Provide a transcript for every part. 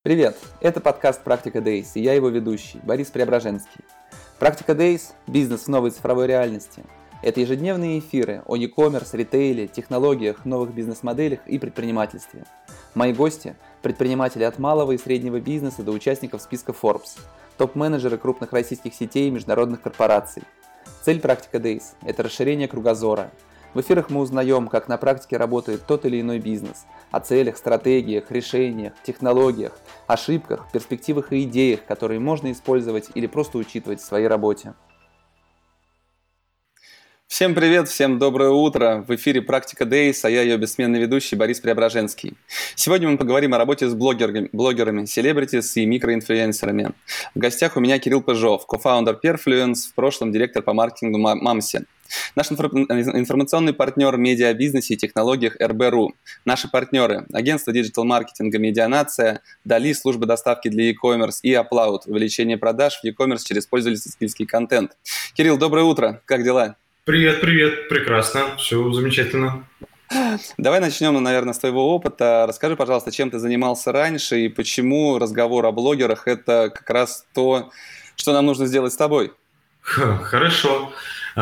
Привет! Это подкаст «Практика Days» и я его ведущий, Борис Преображенский. «Практика Days» – бизнес в новой цифровой реальности. Это ежедневные эфиры о e-commerce, ритейле, технологиях, новых бизнес-моделях и предпринимательстве. Мои гости – предприниматели от малого и среднего бизнеса до участников списка Forbes, топ-менеджеры крупных российских сетей и международных корпораций. Цель «Практика Days» – это расширение кругозора. В эфирах мы узнаем, как на практике работает тот или иной бизнес, о целях, стратегиях, решениях, технологиях, ошибках, перспективах и идеях, которые можно использовать или просто учитывать в своей работе. Всем привет, всем доброе утро. В эфире «Практика Days», а я ее бессменный ведущий Борис Преображенский. Сегодня мы поговорим о работе с блогерами, селебритис и микроинфлюенсерами. В гостях у меня Кирилл Пыжов, кофаундер Perfluence, в прошлом директор по маркетингу Мамси. Наш информационный партнер в медиабизнесе и технологиях РБ.ру. Наши партнеры – агентство диджитал-маркетинга «Медианация», Дали, служба доставки для e-commerce и Applaud, увеличение продаж в e-commerce через пользовательский контент. Кирилл, доброе утро, как дела? Привет, прекрасно, все замечательно. Давай начнем, наверное, с твоего опыта. Расскажи, пожалуйста, чем ты занимался раньше и почему разговор о блогерах – это как раз то, что нам нужно сделать с тобой. Хорошо.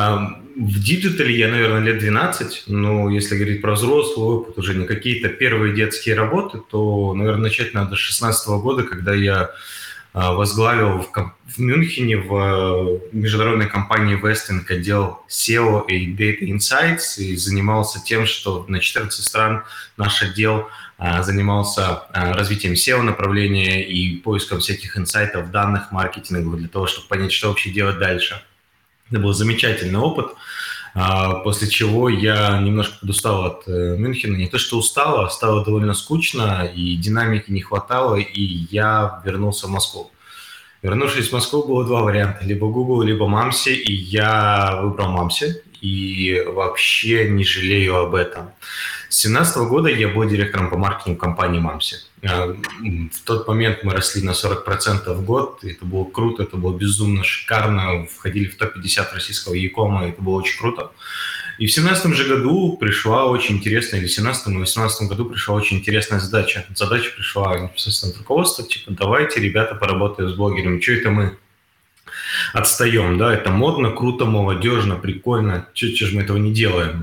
В диджитале я, наверное, лет 12, но если говорить про взрослый опыт, уже не какие-то первые детские работы, то, наверное, начать надо с 2016 года, когда я возглавил в Мюнхене в международной компании Westing отдел SEO и Data Insights и занимался тем, что на 14 стран наш отдел занимался развитием SEO направления и поиском всяких инсайтов, данных, маркетинга для того, чтобы понять, что вообще делать дальше. Это был замечательный опыт, после чего я немножко подустал от Мюнхена. Не то, что устал, а стало довольно скучно, и динамики не хватало, и я вернулся в Москву. Вернувшись в Москву, было два варианта: либо Google, либо Мамси, и я выбрал Мамси, и вообще не жалею об этом. С 2017 года я был директором по маркетингу компании Мамси. В тот момент мы росли на 40% в год, это было круто, это было безумно шикарно, входили в топ-50 российского e-кома, это было очень круто. И в 2017 же году пришла очень интересная, или в 2017 и 2018 году пришла очень интересная задача. Задача пришла непосредственно от руководства, типа, давайте, ребята, поработаем с блогерами. Что это мы отстаем, да? Это модно, круто, молодежно, прикольно. Чего же мы этого не делаем?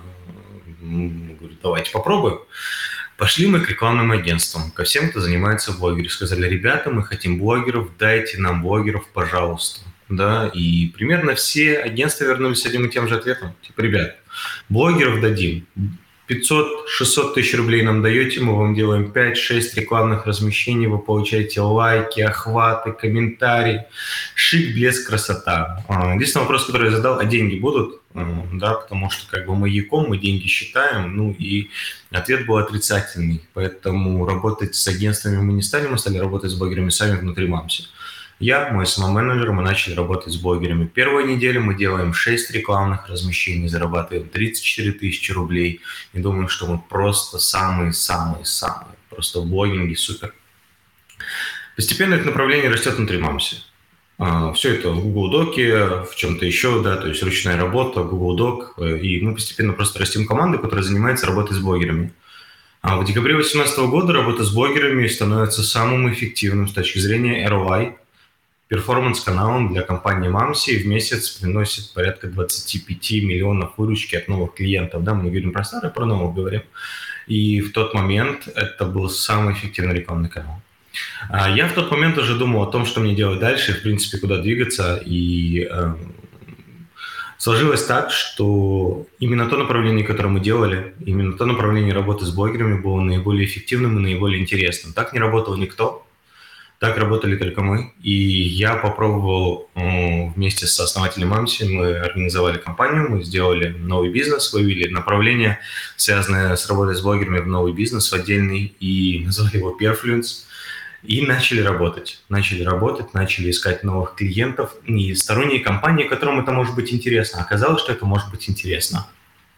Говорю, давайте попробуем. Пошли мы к рекламным агентствам, ко всем, кто занимается блогерами. Сказали, ребята, мы хотим блогеров, дайте нам блогеров, пожалуйста. Да, и примерно все агентства вернулись с одним и тем же ответом. Типа, ребят, блогеров дадим. 500-600 тысяч рублей нам даете, мы вам делаем 5-6 рекламных размещений, вы получаете лайки, охваты, комментарии, шик, блеск, красота. Единственный вопрос, который я задал, а деньги будут? Да, потому что как бы мы e-com, мы деньги считаем, ну и ответ был отрицательный, поэтому работать с агентствами мы не стали, мы стали работать с блогерами сами внутри Мамси. Я, мой СММ-менеджер, мы начали работать с блогерами. Первую неделю мы делаем 6 рекламных размещений, зарабатываем 34 тысячи рублей и думаем, что мы просто самые-самые-самые. Просто в блогинге супер. Постепенно это направление растет внутри Мамси. Все это в Google Доке, в чем-то еще, да, то есть ручная работа, Google Док. И мы постепенно просто растим команду, которая занимается работой с блогерами. В декабре 2018 года работа с блогерами становится самым эффективным с точки зрения ROI. Перформанс-каналом для компании Мамси в месяц приносит порядка 25 миллионов выручки от новых клиентов. Да, мы не говорим про старые, про новых говорим. И в тот момент это был самый эффективный рекламный канал. Я в тот момент уже думал о том, что мне делать дальше, в принципе, куда двигаться. И сложилось так, что именно то направление, которое мы делали, именно то направление работы с блогерами было наиболее эффективным и наиболее интересным. Так не работал никто. Так работали только мы, и я попробовал вместе с основателем Мамси, мы организовали компанию, мы сделали новый бизнес, вывели направление, связанное с работой с блогерами в новый бизнес, в отдельный, и назвали его Perfluence, и начали работать, начали искать новых клиентов и сторонние компании, которым это может быть интересно. Оказалось, что это может быть интересно.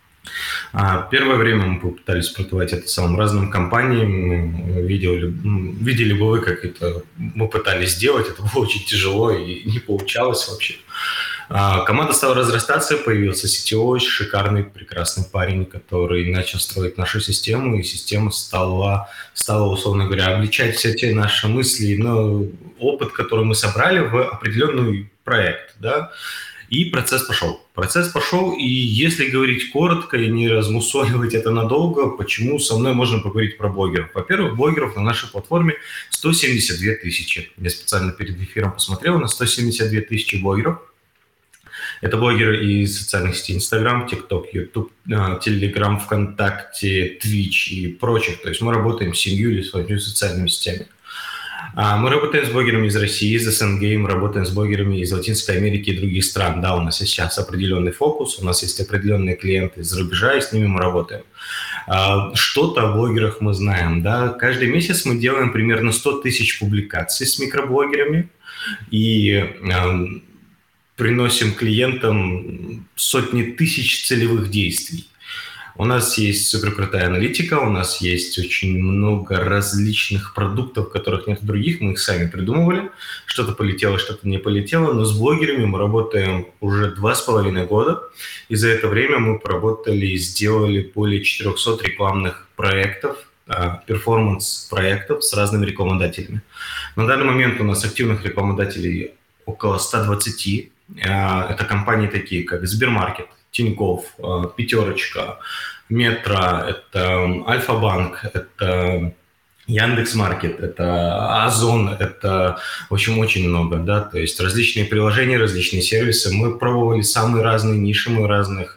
Первое время мы попытались продавать это самым разным компаниям. Видели бы вы, как это мы пытались сделать. Это было очень тяжело и не получалось вообще. Команда стала разрастаться, появился CTO, шикарный, прекрасный парень, который начал строить нашу систему, и система стала, условно говоря, обличать все те наши мысли, но опыт, который мы собрали в определенный проект, да, и процесс пошел. Процесс пошел, и если говорить коротко и не размусоливать это надолго, почему со мной можно поговорить про блогеров? Во-первых, блогеров на нашей платформе 172 тысячи. Я специально перед эфиром посмотрел на 172 тысячи блогеров. Это блогеры из социальных сетей Instagram, TikTok, YouTube, Telegram, ВКонтакте, Twitch и прочих. То есть мы работаем с 7 или 8 социальными сетями. Мы работаем с блогерами из России, из СНГ, мы работаем с блогерами из Латинской Америки и других стран. Да, у нас есть сейчас определенный фокус, у нас есть определенные клиенты из-за рубежа, и с ними мы работаем. Что-то о блогерах мы знаем. Да? Каждый месяц мы делаем примерно 100 тысяч публикаций с микроблогерами и приносим клиентам сотни тысяч целевых действий. У нас есть суперкрутая аналитика, у нас есть очень много различных продуктов, которых нет других, мы их сами придумывали. Что-то полетело, что-то не полетело, но с блогерами мы работаем уже 2,5 года, и за это время мы поработали и сделали более 400 рекламных проектов, перформанс-проектов с разными рекламодателями. На данный момент у нас активных рекламодателей около 120. Это компании такие, как Сбермаркет, Тинькофф, Пятерочка, Метро, это Альфа-банк, это Яндекс.Маркет, это Озон, это, в общем, очень много, да, то есть различные приложения, различные сервисы. Мы пробовали самые разные ниши, мы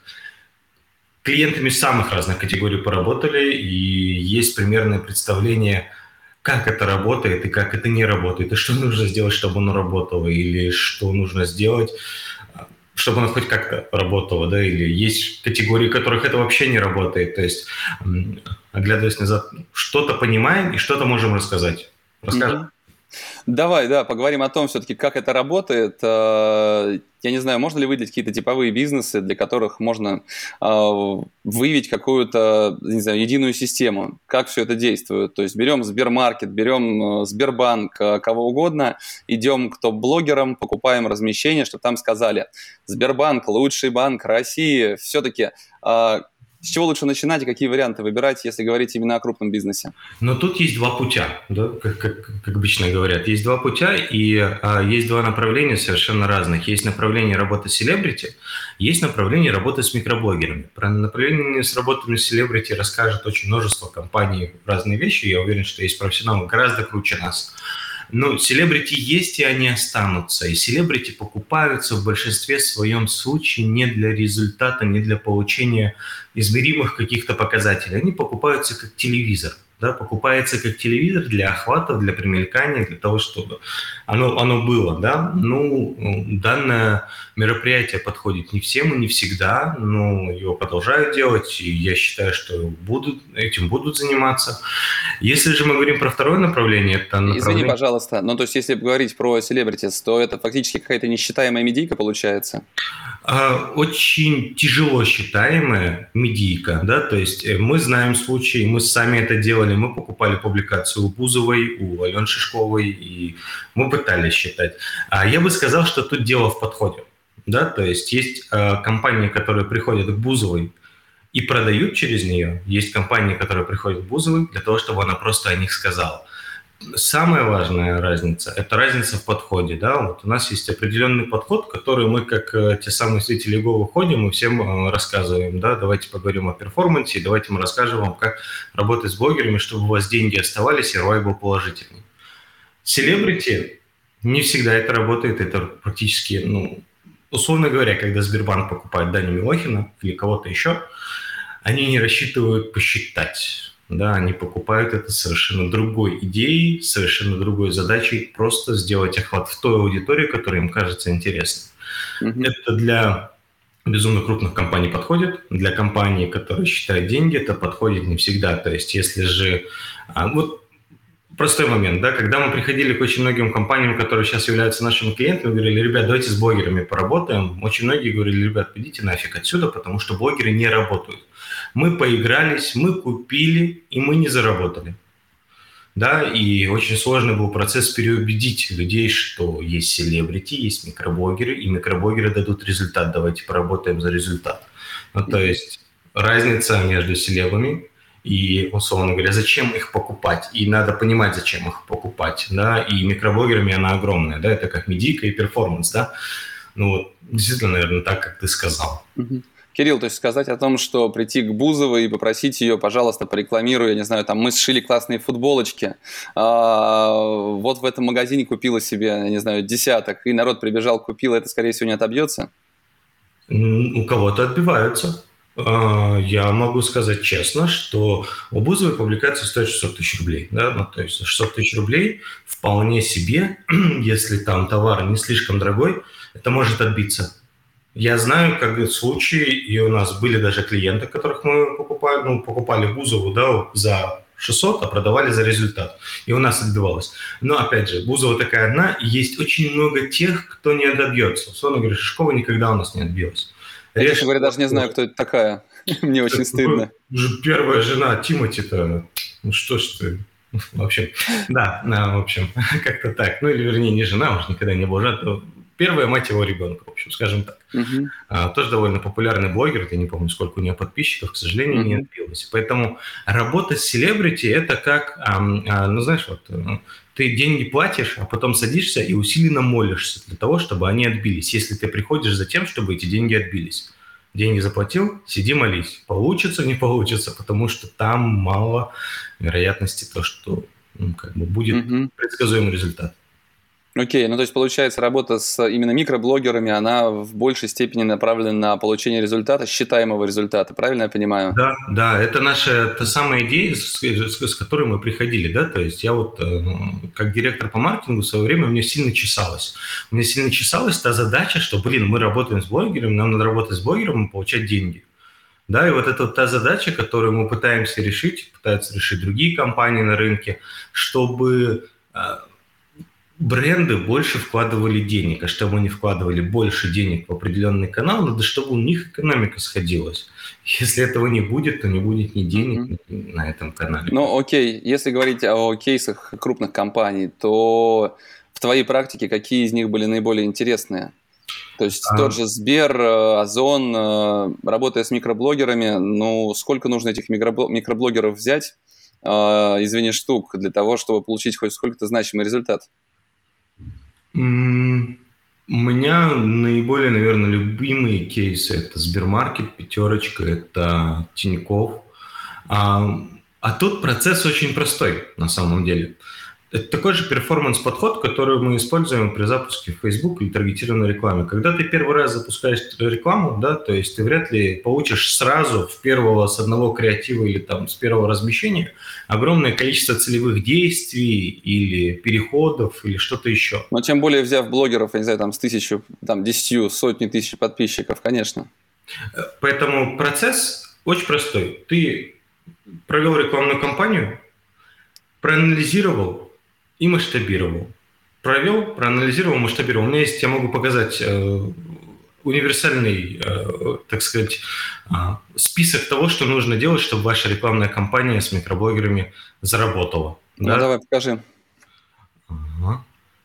клиентами самых разных категорий поработали, и есть примерное представление, как это работает и как это не работает, и что нужно сделать, чтобы оно работало, или что нужно сделать, чтобы оно хоть как-то работало, да, или есть категории, в которых это вообще не работает. То есть, оглядываясь назад, что-то понимаем и что-то можем рассказать. Расскажем? Давай, да, поговорим о том все-таки, как это работает. Я не знаю, можно ли выделить какие-то типовые бизнесы, для которых можно выявить какую-то, не знаю, единую систему, как все это действует. То есть берем Сбермаркет, берем Сбербанк, кого угодно, идем к топ-блогерам, покупаем размещение, чтобы там сказали: Сбербанк – лучший банк России. Все-таки с чего лучше начинать и какие варианты выбирать, если говорить именно о крупном бизнесе? Но тут есть два путя, да, как обычно говорят. Есть два путя, и есть два направления совершенно разных. Есть направление работы с селебрити, есть направление работы с микроблогерами. Про направление с работами с селебрити расскажет очень множество компаний, разные вещи. Я уверен, что есть профессионалы гораздо круче нас. Но селебрити есть, и они останутся. И селебрити покупаются в большинстве своем случае не для результата, не для получения измеримых каких-то показателей. Они покупаются как телевизор. Да, покупается как телевизор для охвата, для примелькания, для того, чтобы оно было. Да? Ну, данное мероприятие подходит не всем и не всегда, но его продолжают делать, и я считаю, что этим будут заниматься. Если же мы говорим про второе направление, это направление... Извини, пожалуйста, но то есть если говорить про селебритис, то это фактически какая-то несчитаемая медийка получается? Очень тяжело считаемая медийка, да, то есть мы знаем случаи, мы сами это делали, мы покупали публикацию у Бузовой, у Алены Шишковой, и мы пытались считать. Я бы сказал, что тут дело в подходе, да, то есть компании, которые приходят к Бузовой и продают через нее, есть компании, которые приходят к Бузовой для того, чтобы она просто о них сказала. Самая важная разница – это разница в подходе. Да? Вот у нас есть определенный подход, который мы, как те самые свидетели Иеговы, ходим и всем рассказываем. Да? Давайте поговорим о перформансе, давайте мы расскажем вам, как работать с блогерами, чтобы у вас деньги оставались и ROI был положительный. Селебрити не всегда это работает, это практически, условно говоря, когда Сбербанк покупает Даню Милохина или кого-то еще, они не рассчитывают посчитать. Да, они покупают это совершенно другой идеей, совершенно другой задачей, просто сделать охват в той аудитории, которая им кажется интересной. Это для безумно крупных компаний подходит, для компаний, которые считают деньги, это подходит не всегда. То есть если же... Вот простой момент, да, когда мы приходили к очень многим компаниям, которые сейчас являются нашими клиентами, говорили: ребят, давайте с блогерами поработаем. Очень многие говорили: ребят, идите нафиг отсюда, потому что блогеры не работают. Мы поигрались, мы купили, и мы не заработали. да, и очень сложный был процесс переубедить людей, что есть селебрити, есть микроблогеры, и микроблогеры дадут результат, давайте поработаем за результат. Ну, то Мгм. есть разница между селебами и, условно говоря, зачем их покупать, и надо понимать, зачем их покупать, да, и микроблогерами она огромная, да, это как медийка и перформанс, да, ну вот, действительно, наверное, так, как ты сказал. Мгм. Кирилл, то есть сказать о том, что прийти к Бузовой и попросить ее, пожалуйста, порекламируй, я не знаю, там мы сшили классные футболочки, вот в этом магазине купила себе, я не знаю, десяток, и народ прибежал, купил, это, скорее всего, не отобьется? У кого-то отбиваются. Я могу сказать честно, что у Бузовой публикация стоит 600 тысяч рублей. Да? Ну, то есть 600 тысяч рублей вполне себе, если там товар не слишком дорогой, это может отбиться. Я знаю, как случаи, и у нас были даже клиенты, которых мы покупали, ну, покупали Бузову, да, за 600, а продавали за результат. И у нас отбивалось. Но, опять же, Бузова такая одна, и есть очень много тех, кто не добьется. Условно говоря, Шишкова никогда у нас не отбилась. Я, честно говоря, Решетова даже не знаю, тоже. кто это такая. Мне очень стыдно. Первая жена Тимати-то, ну что ж ты, в общем, да, в общем, как-то так. Ну, или, вернее, не жена, уж никогда не был женат, но первая мать его ребенка, в общем, скажем так. Мгм. Тоже довольно популярный блогер, я не помню, сколько у нее подписчиков, к сожалению, не Мгм. отбилась. Поэтому работа с селебрити – это как, ну, знаешь, вот ты деньги платишь, а потом садишься и усиленно молишься для того, чтобы они отбились, если ты приходишь за тем, чтобы эти деньги отбились. Деньги заплатил, сиди молись. Получится, не получится, потому что там мало вероятности то, что как бы будет Мгм. предсказуемый результат. Окей, ну то есть получается работа с именно микроблогерами, она в большей степени направлена на получение результата, считаемого результата, правильно я понимаю? Да, да, это наша та самая идея, с которой мы приходили, да, то есть я вот как директор по маркетингу в свое время мне сильно чесалось. Мне сильно чесалась та задача, что, мы работаем с блогером, нам надо работать с блогером и получать деньги. Да, и вот это вот та задача, которую мы пытаемся решить, пытаются решить другие компании на рынке, чтобы бренды больше вкладывали денег, а чтобы они вкладывали больше денег в определенный канал, надо, чтобы у них экономика сходилась. Если этого не будет, то не будет ни денег Мгм. на этом канале. Ну окей, если говорить о кейсах крупных компаний, то в твоей практике какие из них были наиболее интересные? То есть тот А, же Сбер, Озон, работая с микроблогерами, ну сколько нужно этих микроблогеров взять, извини, штук, для того, чтобы получить хоть сколько-то значимый результат? У меня наиболее, наверное, любимые кейсы – это Сбермаркет, Пятерочка, это Тинькофф. А тут процесс очень простой на самом деле. Это такой же перформанс-подход, который мы используем при запуске в Facebook или таргетированной рекламе. Когда ты первый раз запускаешь рекламу, да, то есть ты вряд ли получишь сразу с одного креатива или там с первого размещения огромное количество целевых действий или переходов или что-то еще. Но тем более взяв блогеров, я не знаю, там с тысячу, там 10, сотни тысяч подписчиков, конечно. Поэтому процесс очень простой. Ты провел рекламную кампанию, проанализировал и масштабировал. Провел, проанализировал, масштабировал. У меня есть, я могу показать универсальный, так сказать, список того, что нужно делать, чтобы ваша рекламная кампания с микроблогерами заработала. Ну, Да? давай, покажи. Ага.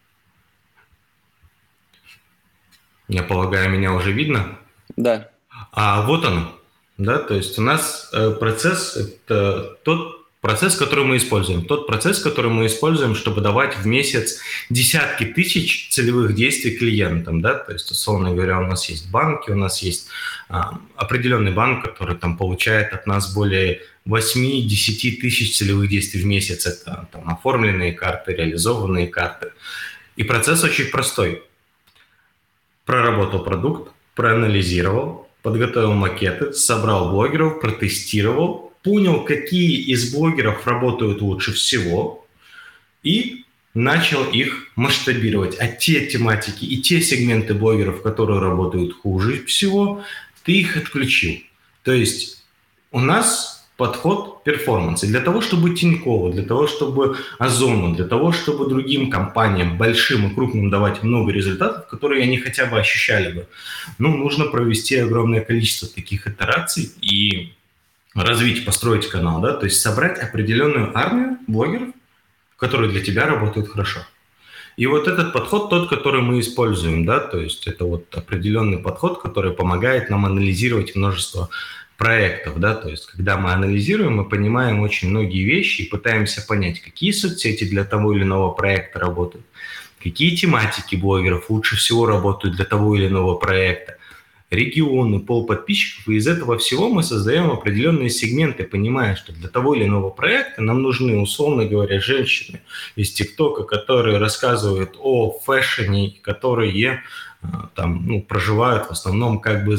Я полагаю, меня уже видно. Да. А вот он, да, то есть у нас процесс – это тот процесс, который мы используем. Тот процесс, который мы используем, чтобы давать в месяц десятки тысяч целевых действий клиентам, да, то есть, условно говоря, у нас есть банки, у нас есть определенный банк, который там получает от нас более 8-10 тысяч целевых действий в месяц. Это там оформленные карты, реализованные карты. И процесс очень простой. Проработал продукт, проанализировал, подготовил макеты, собрал блогеров, протестировал, понял, какие из блогеров работают лучше всего и начал их масштабировать. А те тематики и те сегменты блогеров, которые работают хуже всего, ты их отключил. То есть у нас подход перформанс. И для того, чтобы Тинькову, для того, чтобы Озону, для того, чтобы другим компаниям, большим и крупным, давать много результатов, которые они хотя бы ощущали бы, нужно провести огромное количество таких итераций и развить, построить канал, да, то есть собрать определенную армию блогеров, которые для тебя работают хорошо. И вот этот подход тот, который мы используем, да, то есть это вот определенный подход, который помогает нам анализировать множество проектов, да, то есть когда мы анализируем, мы понимаем очень многие вещи и пытаемся понять, какие соцсети для того или иного проекта работают, какие тематики блогеров лучше всего работают для того или иного проекта, регионы, пол подписчиков, и из этого всего мы создаем определенные сегменты, понимая, что для того или иного проекта нам нужны, условно говоря, женщины из ТикТока, которые рассказывают о фэшне, которые проживают в основном как бы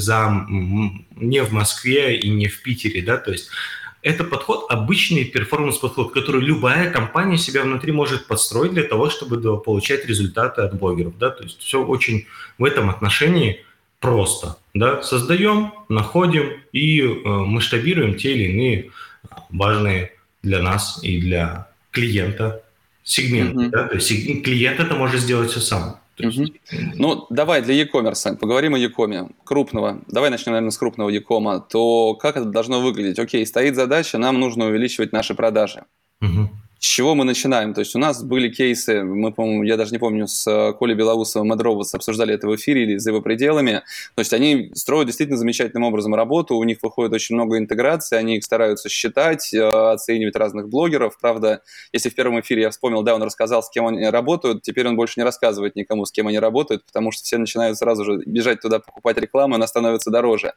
не в Москве и не в Питере, да, то есть это подход, обычный перформанс-подход, который любая компания себя внутри может подстроить для того, чтобы получать результаты от блогеров, да, то есть все очень в этом отношении просто, да, создаем, находим и масштабируем те или иные важные для нас и для клиента сегменты, да, то есть клиент это может сделать все сам. Ну, давай для e-commerce поговорим о e-коме крупного. Давай начнем, наверное, с крупного e-кома. То как это должно выглядеть? Окей, стоит задача, нам нужно увеличивать наши продажи. С чего мы начинаем? То есть у нас были кейсы, мы, по-моему, я даже не помню, с Колей Белоусовым и Дровос обсуждали это в эфире или за его пределами. То есть они строят действительно замечательным образом работу, у них выходит очень много интеграции, они их стараются считать, оценивать разных блогеров. Правда, если в первом эфире я вспомнил, да, он рассказал, с кем они работают, теперь он больше не рассказывает никому, с кем они работают, потому что все начинают сразу же бежать туда покупать рекламу, она становится дороже.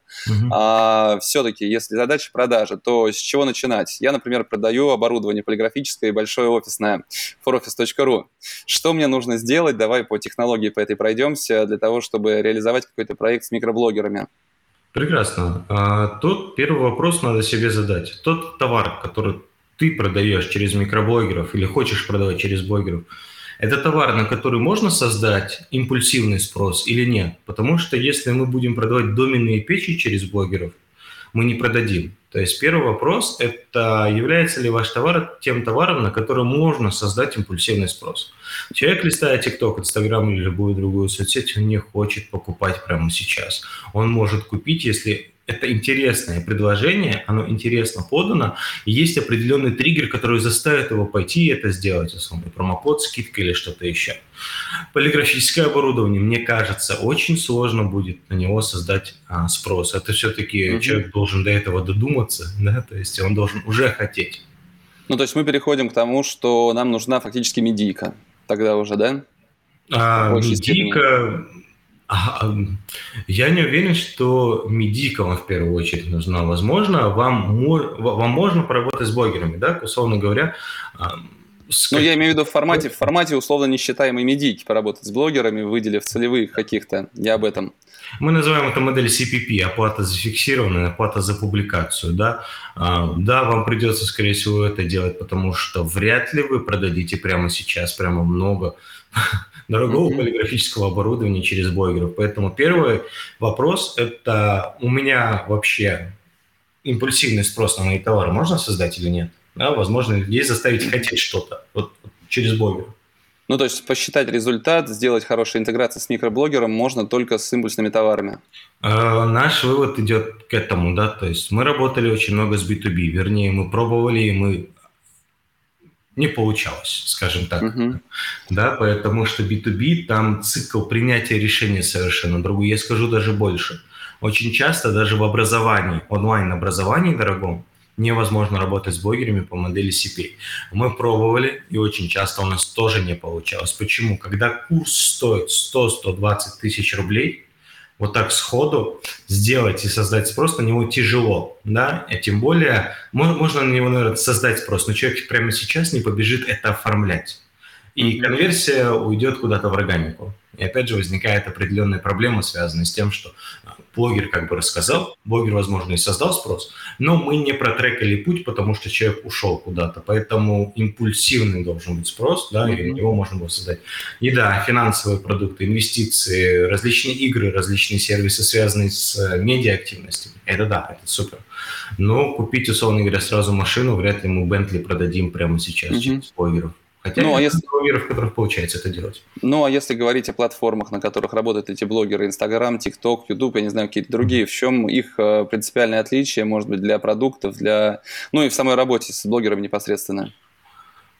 Все-таки, если задача продажи, то с чего начинать? Я, например, продаю оборудование полиграфическое и большое офисное, foroffice.ru. Что мне нужно сделать? Давай по технологии по этой пройдемся для того, чтобы реализовать какой-то проект с микроблогерами. Прекрасно. Тут первый вопрос надо себе задать. Тот товар, который ты продаешь через микроблогеров или хочешь продавать через блогеров, это товар, на который можно создать импульсивный спрос или нет? Потому что если мы будем продавать доменные печи через блогеров, мы не продадим. То есть первый вопрос – это является ли ваш товар тем товаром, на который можно создать импульсивный спрос. Человек, листая TikTok, Instagram или любую другую соцсеть, он не хочет покупать прямо сейчас. Он может купить, если это интересное предложение, оно интересно подано, и есть определенный триггер, который заставит его пойти и это сделать, условно, промокод, скидка или что-то еще. Полиграфическое оборудование, мне кажется, очень сложно будет на него создать спрос. Это все-таки человек должен до этого додуматься, да, то есть он должен уже хотеть. Ну, то есть мы переходим к тому, что нам нужна фактически медийка тогда уже, да? Медийка... Я не уверен, что медийка вам в первую очередь нужна. Возможно, вам можно поработать с блогерами, да, условно говоря. Я имею в виду в формате условно несчитаемой медийки поработать с блогерами, выделив целевых каких-то. Я об этом. Мы называем это модель CPP, оплата за фиксированную, оплата за публикацию, да. Да, вам придется, скорее всего, это делать, потому что вряд ли вы продадите прямо сейчас прямо много дорогого полиграфического оборудования через блогеров. Поэтому первый вопрос – это у меня вообще импульсивный спрос на мои товары можно создать или нет? Да, возможно, людей заставить хотеть что-то вот через блогеров. Ну, то есть посчитать результат, сделать хорошую интеграцию с микроблогером можно только с импульсными товарами. Наш вывод идет к этому, да, то есть мы работали очень много с B2B, вернее, мы пробовали, и мы не получалось, скажем так, да, потому что B2B, там цикл принятия решения совершенно другой. Я скажу даже больше. Очень часто даже в образовании, онлайн-образовании дорогом, невозможно работать с блогерами по модели CPA. Мы пробовали, и очень часто у нас тоже не получалось. Почему? Когда курс стоит 100-120 тысяч рублей, вот так сходу сделать и создать спрос на него тяжело, да, и тем более можно на него, наверное, создать спрос, но человек прямо сейчас не побежит это оформлять. И конверсия уйдет куда-то в органику. И опять же возникает определенная проблема, связанная с тем, что блогер как бы рассказал, блогер, возможно, и создал спрос, но мы не протрекали путь, потому что человек ушел куда-то. Поэтому импульсивный должен быть спрос, да, и его можно было создать. И да, финансовые продукты, инвестиции, различные игры, различные сервисы, связанные с медиа-активностями. Это да, это супер. Но купить, условно говоря, сразу машину, вряд ли мы Bentley продадим прямо сейчас через блогеров. Хотя есть блогеров, в которых получается это делать. Ну, а если говорить о платформах, на которых работают эти блогеры, Instagram, TikTok, YouTube, я не знаю, какие-то другие, в чем их принципиальное отличие, может быть, для продуктов, ну и в самой работе с блогерами непосредственно?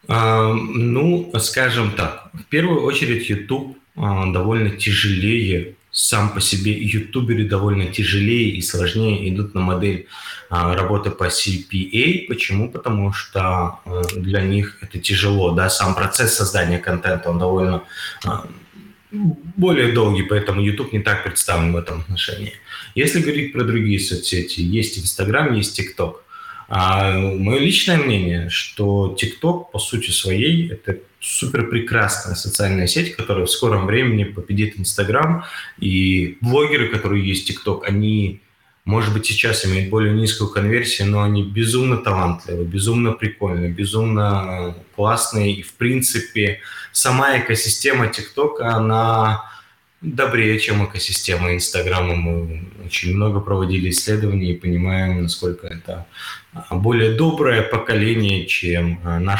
Ну, скажем так, в первую очередь YouTube довольно тяжелее, сам по себе ютуберы довольно тяжелее и сложнее идут на модель работы по CPA. Почему? Потому что для них это тяжело, да, сам процесс создания контента, он довольно а, более долгий, поэтому YouTube не так представлен в этом отношении. Если говорить про другие соцсети, есть Instagram, есть TikTok. Мое личное мнение, что TikTok по сути своей это супер прекрасная социальная сеть, которая в скором времени победит Instagram, и блогеры, которые есть в TikTok, они, может быть, сейчас имеют более низкую конверсию, но они безумно талантливые, безумно прикольные, безумно классные, и в принципе сама экосистема TikTok, она добрее, чем экосистема Инстаграма. Мы очень много проводили исследований и понимаем, насколько это более доброе поколение, чем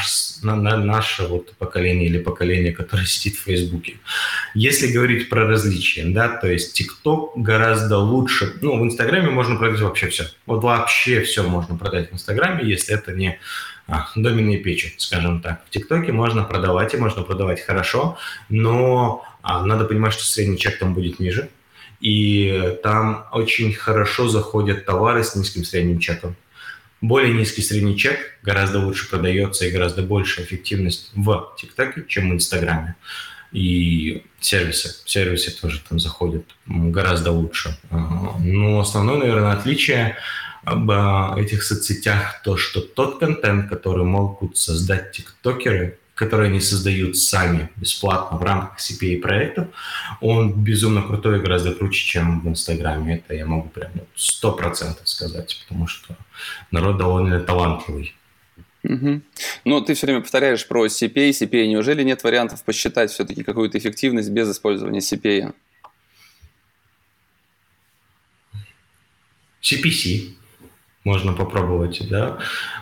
наше вот поколение или поколение, которое сидит в Фейсбуке. Если говорить про различия, да, то есть ТикТок гораздо лучше. Ну, в Инстаграме можно продать вообще все. Вот вообще все можно продать в Инстаграме, если это не доменные печи, скажем так. В ТикТоке можно продавать, и можно продавать хорошо, но надо понимать, что средний чек там будет ниже, и там очень хорошо заходят товары с низким средним чеком. Более низкий средний чек гораздо лучше продается и гораздо больше эффективность в ТикТоке, чем в Инстаграме. И сервисы тоже там заходят гораздо лучше. Но основное, наверное, отличие об этих соцсетях то, что тот контент, который могут создать тиктокеры, которые они создают сами бесплатно в рамках CPA-проектов, он безумно крутой и гораздо круче, чем в Инстаграме. Это я могу прям 100% сказать, потому что народ довольно талантливый. Угу. Но ты все время повторяешь про CPA. CPA, неужели нет вариантов посчитать все-таки какую-то эффективность без использования CPA? CPC можно попробовать, да.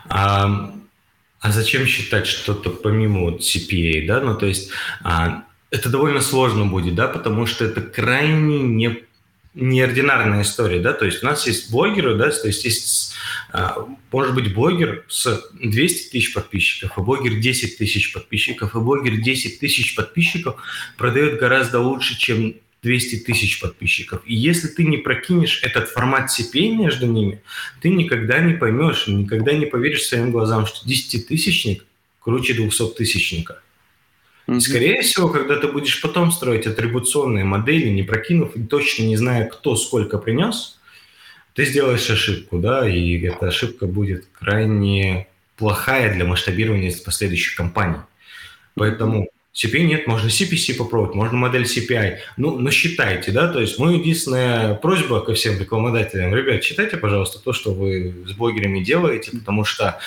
А зачем считать что-то помимо вот CPA, да? Ну, то есть это довольно сложно будет, да, потому что это крайне неординарная история, да, то есть у нас есть блогеры, да, то есть может быть блогер с 200 тысяч подписчиков, и блогер 10 тысяч подписчиков, и блогер 10 тысяч подписчиков продает гораздо лучше, чем 200 тысяч подписчиков. И если ты не прокинешь этот формат CPA между ними, ты никогда не поймешь, никогда не поверишь своим глазам, что 10-тысячник круче 200-тысячника. И, скорее всего, когда ты будешь потом строить атрибуционные модели, не прокинув и точно не зная, кто сколько принес, ты сделаешь ошибку, да, и эта ошибка будет крайне плохая для масштабирования последующих кампаний. Поэтому CPA нет, можно CPC попробовать, можно модель CPI. Ну, но считайте, да, то есть моя единственная просьба ко всем рекламодателям: ребят, читайте, пожалуйста, то, что вы с блогерами делаете, потому что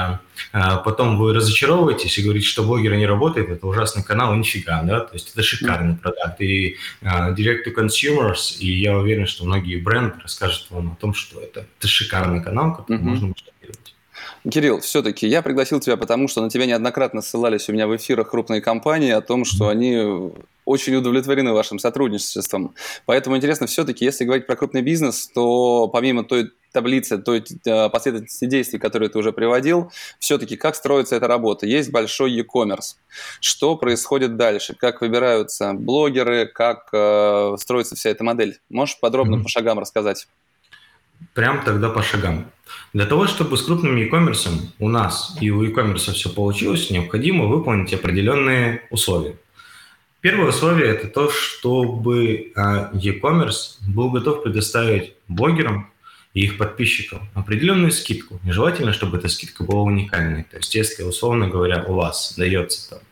потом вы разочаровываетесь и говорите, что блогеры не работают, это ужасный канал, нифига, да, то есть это шикарный продукт. И direct to consumers, и я уверен, что многие бренды расскажут вам о том, что это шикарный канал, который можно масштабировать. Кирилл, все-таки я пригласил тебя, потому что на тебя неоднократно ссылались у меня в эфирах крупные компании о том, что они очень удовлетворены вашим сотрудничеством. Поэтому интересно, все-таки, если говорить про крупный бизнес, то помимо той таблицы, той последовательности действий, которые ты уже приводил, все-таки как строится эта работа? Есть большой e-commerce. Что происходит дальше? Как выбираются блогеры? Как строится вся эта модель? Можешь подробно по шагам рассказать? Прям тогда по шагам. Для того, чтобы с крупным e-commerce у нас и у e-commerce все получилось, необходимо выполнить определенные условия. Первое условие – это то, чтобы e-commerce был готов предоставить блогерам и их подписчикам определенную скидку. И желательно, чтобы эта скидка была уникальной. То есть, если, условно говоря, у вас дается там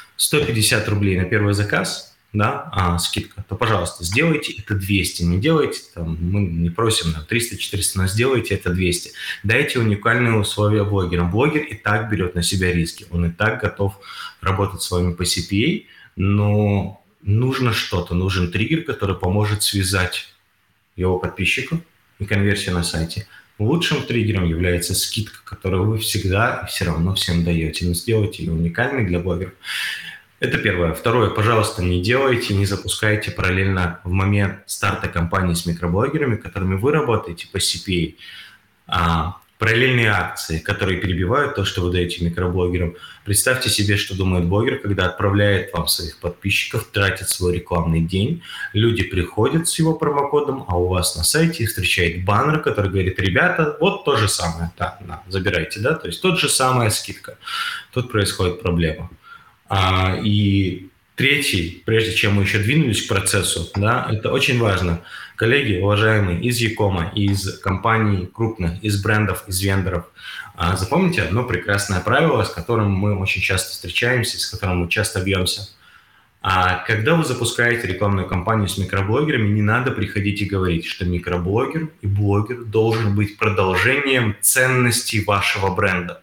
150 рублей на первый заказ, да, скидка, то, пожалуйста, сделайте это 200. Не делайте, там, мы не просим 300-400, но сделайте это 200. Дайте уникальные условия блогерам. Блогер и так берет на себя риски, он и так готов работать с вами по CPA, но нужно что-то, нужен триггер, который поможет связать его подписчиков и конверсию на сайте. Лучшим триггером является скидка, которую вы всегда и все равно всем даете. Но сделайте ее уникальной для блогеров. Это первое. Второе. Пожалуйста, не делайте, не запускайте параллельно в момент старта кампании с микроблогерами, которыми вы работаете по CPA, параллельные акции, которые перебивают то, что вы даете микроблогерам. Представьте себе, что думает блогер, когда отправляет вам своих подписчиков, тратит свой рекламный день. Люди приходят с его промокодом, а у вас на сайте встречает баннер, который говорит: ребята, вот то же самое, да, на, забирайте, да, то есть тот же самая скидка. Тут происходит проблема. И третий, прежде чем мы еще двинулись к процессу, да, это очень важно. Коллеги, уважаемые, из Якома, из компаний крупных, из брендов, из вендоров, запомните одно прекрасное правило, с которым мы очень часто встречаемся, с которым мы часто бьемся. Когда вы запускаете рекламную кампанию с микроблогерами, не надо приходить и говорить, что микроблогер и блогер должен быть продолжением ценностей вашего бренда.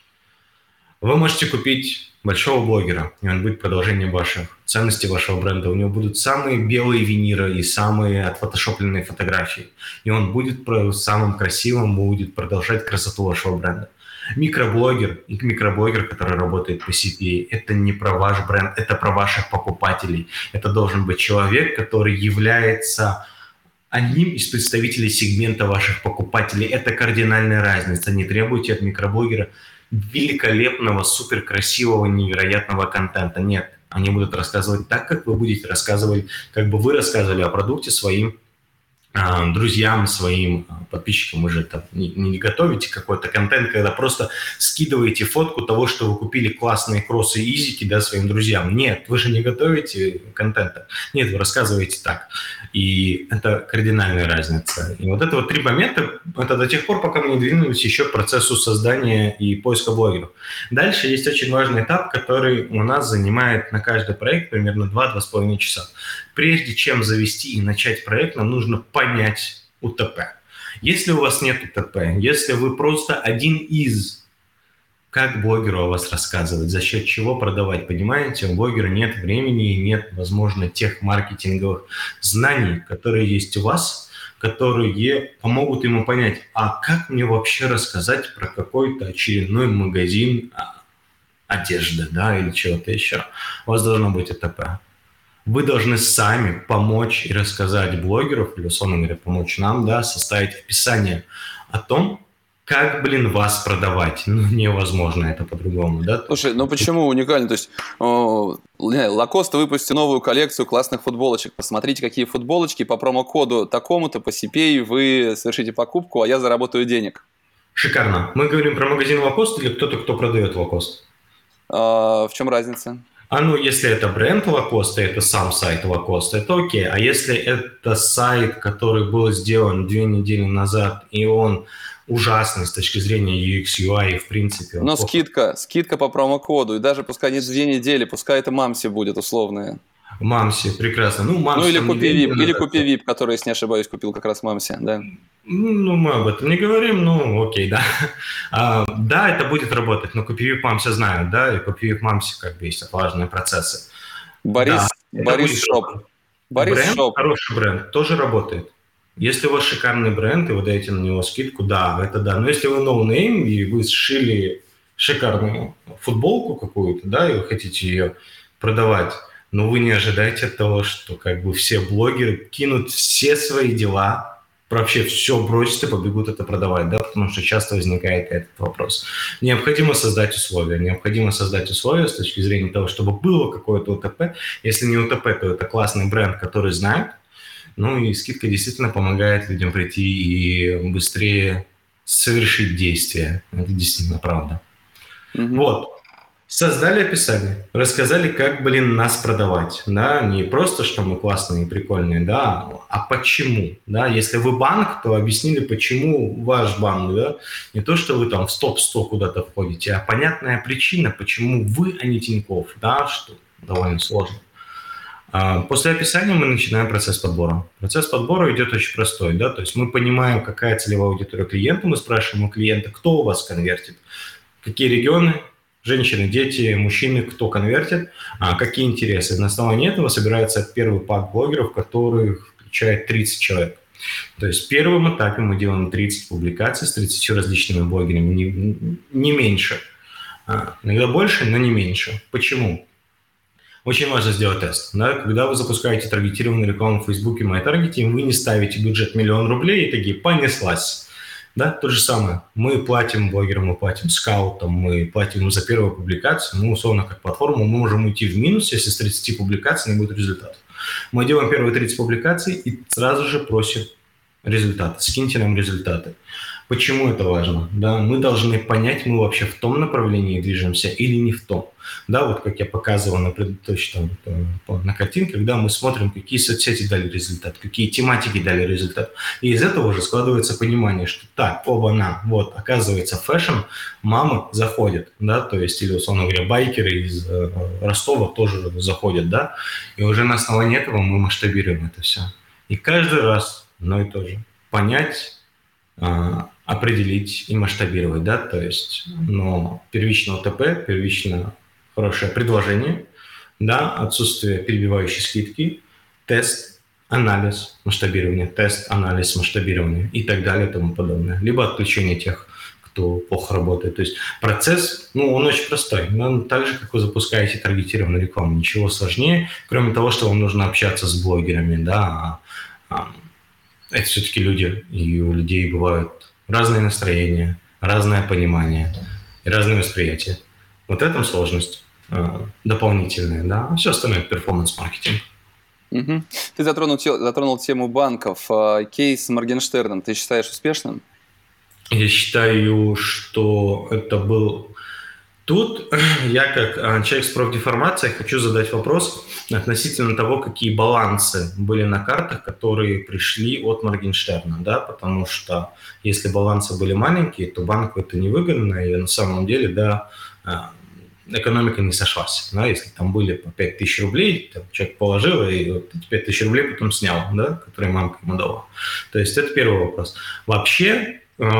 Вы можете купить большого блогера, и он будет продолжением ваших ценностей вашего бренда. У него будут самые белые виниры и самые отфотошопленные фотографии. И он будет самым красивым, будет продолжать красоту вашего бренда. Микроблогер и микроблогер, который работает по CPA, это не про ваш бренд, это про ваших покупателей. Это должен быть человек, который является одним из представителей сегмента ваших покупателей. Это кардинальная разница. Не требуйте от микроблогера великолепного, суперкрасивого, невероятного контента. Нет, они будут рассказывать так, как вы будете рассказывать, как бы вы рассказывали о продукте своим друзьям, своим подписчикам. Вы же там не готовите какой-то контент, когда просто скидываете фотку того, что вы купили классные кроссы и изики, да, своим друзьям. Нет, вы же не готовите контента. Нет, вы рассказываете так. И это кардинальная разница. И вот это вот 3 момента, это до тех пор, пока мы не двинулись еще к процессу создания и поиска блогеров. Дальше есть очень важный этап, который у нас занимает на каждый проект примерно 2-2,5 часа. Прежде чем завести и начать проект, нам нужно понять УТП. Если у вас нет УТП, если вы просто один из, как блогеру о вас рассказывать, за счет чего продавать, понимаете, у блогера нет времени и нет, возможно, тех маркетинговых знаний, которые есть у вас, которые помогут ему понять, а как мне вообще рассказать про какой-то очередной магазин одежды, да, или чего-то еще. У вас должно быть УТП. Вы должны сами помочь и рассказать блогеров, или, условно говоря, помочь нам, да, составить описание о том, как, вас продавать. Невозможно это по-другому, да? Слушай, почему уникально? То есть Lacoste выпустил новую коллекцию классных футболочек. Посмотрите, какие футболочки по промокоду такому-то, по CPA вы совершите покупку, а я заработаю денег. Шикарно. Мы говорим про магазин Lacoste или кто-то, кто продает Lacoste? В чем разница? Если это бренд Lacoste, это сам сайт Lacoste, это окей. А если это сайт, который был сделан 2 недели назад, и он ужасный с точки зрения UX, UI, в принципе. Но скидка по промокоду, и даже пускай не 2 недели, пускай это Мамси будет условное. Мамси, прекрасно. Мамси или купи VIP, VIP, который, если не ошибаюсь, купил как раз Мамси, да. Мы об этом не говорим, окей, да. Да, это будет работать, но купи VIP Мамси знают, да, и купи VIP Мамси есть важные процессы. Борис Шоп. Бренд, хороший бренд, тоже работает. Если у вас шикарный бренд, и вы даете на него скидку, да, это да. Но если вы no-name, и вы сшили шикарную футболку какую-то, да, и вы хотите ее продавать, но вы не ожидаете от того, что все блогеры кинут все свои дела, вообще все бросят и побегут это продавать, да, потому что часто возникает этот вопрос. Необходимо создать условия с точки зрения того, чтобы было какое-то УТП. Если не УТП, то это классный бренд, который знает. И скидка действительно помогает людям прийти и быстрее совершить действие. Это действительно правда. Вот. Создали описание, рассказали, как, нас продавать, да, не просто, что мы классные и прикольные, да, а почему, да, если вы банк, то объяснили, почему ваш банк, да, не то, что вы там в топ-100 куда-то входите, а понятная причина, почему вы, а не Тинькофф, да, что довольно сложно. После описания мы начинаем процесс подбора. Процесс подбора идет очень простой, да, то есть мы понимаем, какая целевая аудитория клиента, мы спрашиваем у клиента, кто у вас конвертит, какие регионы, женщины, дети, мужчины, кто конвертит, какие интересы. На основании этого собирается первый пак блогеров, который включает 30 человек. То есть в первом этапе мы делаем 30 публикаций с 30 различными блогерами, не меньше. Иногда больше, но не меньше. Почему? Очень важно сделать тест. Да? Когда вы запускаете таргетированную рекламу в Фейсбуке, MyTargeting, вы не ставите бюджет 1 000 000 рублей и такие, понеслась. Да, то же самое. Мы платим блогерам, мы платим скаутам, мы платим им за первую публикацию. Мы, условно, как платформа, мы можем уйти в минус, если с 30 публикаций не будет результатов. Мы делаем первые 30 публикаций и сразу же просим результаты. Скиньте нам результаты. Почему это важно? Да, мы должны понять, мы вообще в том направлении движемся или не в том. Да, вот как я показывал на предыдущем, на картинках, да, мы смотрим, какие соцсети дали результат, какие тематики дали результат. И из этого уже складывается понимание, что так, оба-на, вот, оказывается, фэшн, мамы заходят, да, то есть, или, условно говоря, байкеры из Ростова тоже заходят, да, и уже на основании этого мы масштабируем это все. И каждый раз одно и то же. Понять, определить и масштабировать, да, то есть, но первично ОТП, первично хорошее предложение, да, отсутствие перебивающей скидки, тест, анализ, масштабирование, тест, анализ, масштабирование и так далее и тому подобное. Либо отключение тех, кто плохо работает. То есть процесс, ну, он очень простой. Он так же, как вы запускаете таргетированную рекламу. Ничего сложнее, кроме того, что вам нужно общаться с блогерами, да, это все-таки люди, и у людей бывают разные настроения, разное понимание и разные восприятия. Вот в этом сложность дополнительная, да, а все остальное перформанс-маркетинг. Угу. Ты затронул тему банков. Кейс с Моргенштерном ты считаешь успешным? Я считаю, что это был... Тут я, как человек с профдеформацией, хочу задать вопрос относительно того, какие балансы были на картах, которые пришли от Моргенштерна, да, потому что если балансы были маленькие, то банку это невыгодно, и на самом деле, да, экономика не сошлась, да, если там были по 5000 рублей, там человек положил, и вот эти 5000 рублей потом снял, да, которые мамка ему дала. То есть это первый вопрос. Вообще,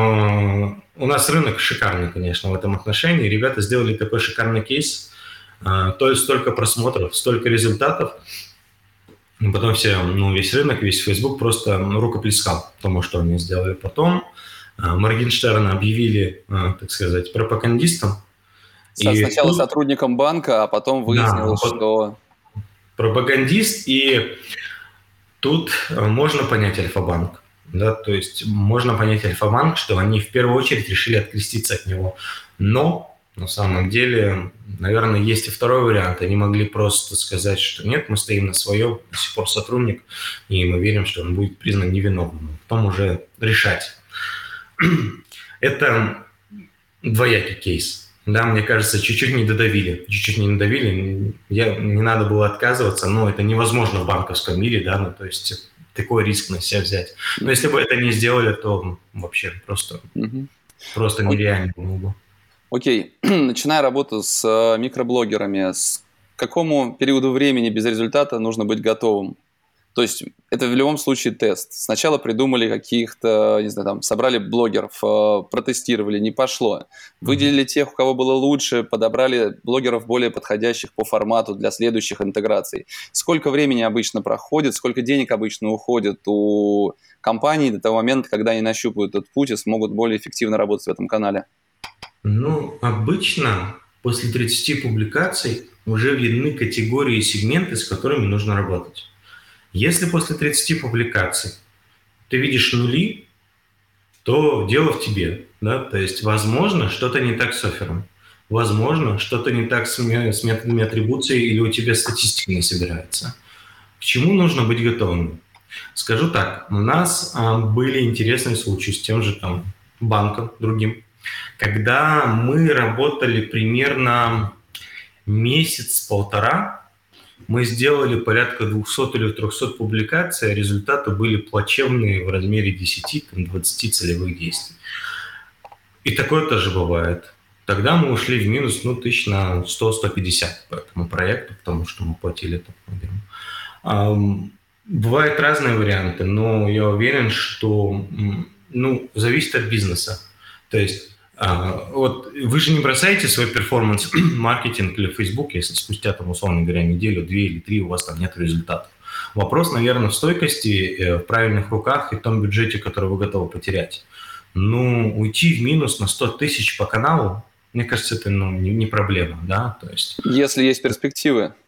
у нас рынок шикарный, конечно, в этом отношении. Ребята сделали такой шикарный кейс. То есть столько просмотров, столько результатов. Потом весь рынок, весь Facebook просто рукоплескал тому, что они сделали. Потом Моргенштерна объявили, так сказать, пропагандистом. Сначала сотрудником банка, а потом выяснилось, да, что... Пропагандист, и тут можно понять Альфа-банк. Да, то есть можно понять Альфа-банк, что они в первую очередь решили откреститься от него. Но на самом деле, наверное, есть и второй вариант. Они могли просто сказать, что нет, мы стоим на своем, до сих пор сотрудник, и мы верим, что он будет признан невиновным. Потом уже решать. Это двоякий кейс. Да, мне кажется, чуть-чуть не додавили. Не надо было отказываться, но это невозможно в банковском мире, да, ну, то есть такой риск на себя взять. Но если бы это не сделали, то вообще просто нереально было бы. Окей. Начиная работу с микроблогерами, с какому периоду времени без результата нужно быть готовым? То есть это в любом случае тест. Сначала придумали каких-то, не знаю, там, собрали блогеров, протестировали, не пошло. Выделили тех, у кого было лучше, подобрали блогеров более подходящих по формату для следующих интеграций. Сколько времени обычно проходит, сколько денег обычно уходит у компаний до того момента, когда они нащупают этот путь и смогут более эффективно работать в этом канале? Ну, обычно после 30 публикаций уже видны категории и сегменты, с которыми нужно работать. Если после 30 публикаций ты видишь нули, то дело в тебе. Да? То есть, возможно, что-то не так с оффером. Возможно, что-то не так с методами атрибуции или у тебя статистика не собирается. К чему нужно быть готовым? Скажу так, у нас были интересные случаи с тем же там, банком другим, когда мы работали примерно месяц-полтора, мы сделали порядка 200 или 300 публикаций, а результаты были плачевные в размере 10-20 целевых действий. И такое тоже бывает. Тогда мы ушли в минус, тысяч на 100-150 по этому проекту, потому что мы платили там. Бывают разные варианты, но я уверен, что зависит от бизнеса. То есть вот вы же не бросаете свой перформанс-маркетинг или Facebook, если спустя, там, условно говоря, неделю, 2 или 3 у вас там нет результатов. Вопрос, наверное, в стойкости, в правильных руках и в том бюджете, который вы готовы потерять. Уйти в минус на 100 тысяч по каналу, мне кажется, это не проблема, да, то есть... Если есть перспективы.